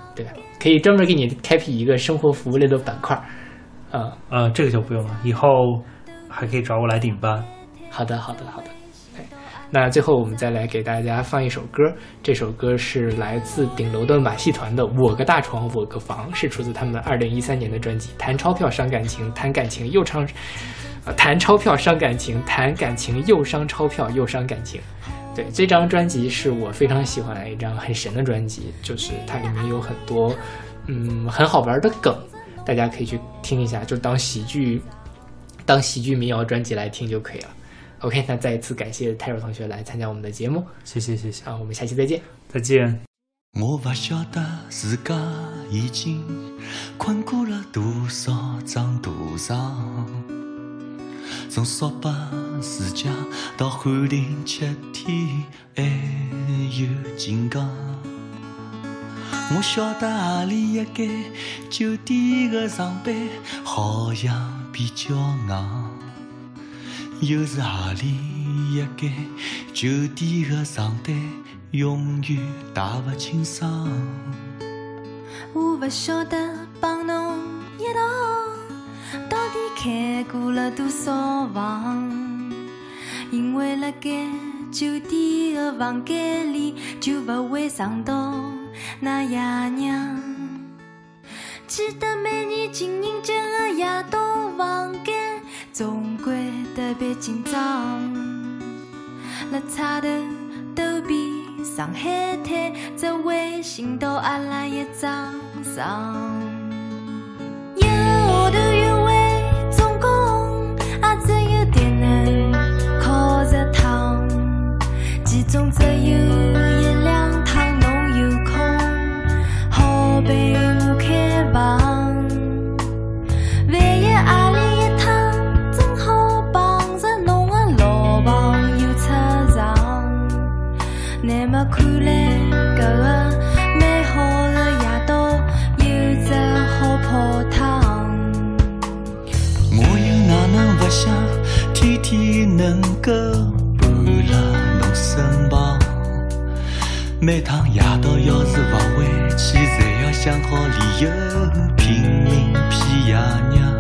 对吧？可以专门给你开辟一个生活服务类的板块。啊、 呃，这个就不用了，以后还可以找我来顶班。 好的，好的，好的。对，那最后我们再来给大家放一首歌，这首歌是来自顶楼的马戏团的《我个大床我个房》，是出自他们二零一三年的专辑《谈钞票伤感情，谈感情又伤》。呃，谈钞票伤感情，谈感情又伤钞票又伤感情。对，这张专辑是我非常喜欢的一张很神的专辑，就是它里面有很多嗯很好玩的梗，大家可以去听一下，就当喜剧当喜剧民谣专辑来听就可以了。OK， 那再一次感谢泰若同学来参加我们的节目， 谢谢谢谢啊，我们下期再见， 再见。 我不晓得自家已经困过了多少张多床，从扫把世家到翰林七天还有金刚。我晓得何里一间酒店的床板好像比较硬，又是何里一间酒店的床单永远打不清爽。 我不晓得帮侬一道到底开过了多少房，因为辣盖酒店的房间里就不会想到那爷娘。记得每年情人节的夜到房间总归特别紧张，辣差头逗比上海滩只会寻到阿拉一张床。一号头约会总共也只有点能靠着躺，其中只有一两趟侬有空好陪我开房。万一阿里一趟正好碰着侬的老朋友出场，那么看来搿个美好的夜到有只好泡汤。 我又哪能不想天天能够伴辣侬身旁，每趟夜到要是不回去，侪要想好理由拼命骗爷娘。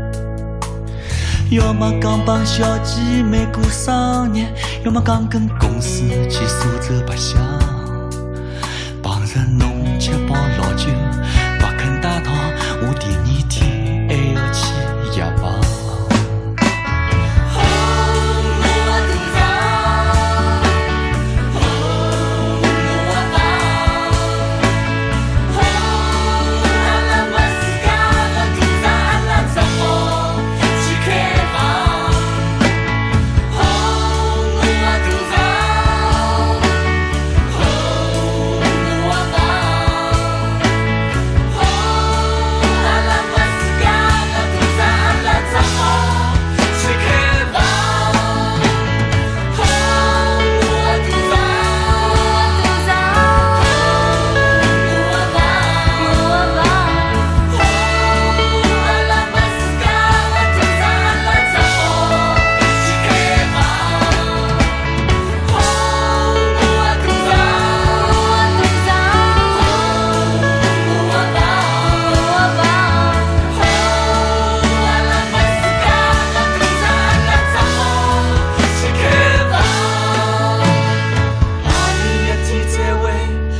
要么讲帮小姐妹过生日，要么讲跟公司去苏州白相，碰着侬吃饱老酒不肯带套，我第二天还要去夜房。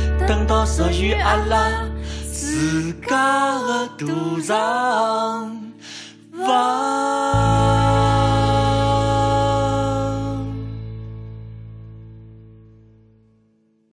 属于阿拉自家的赌场。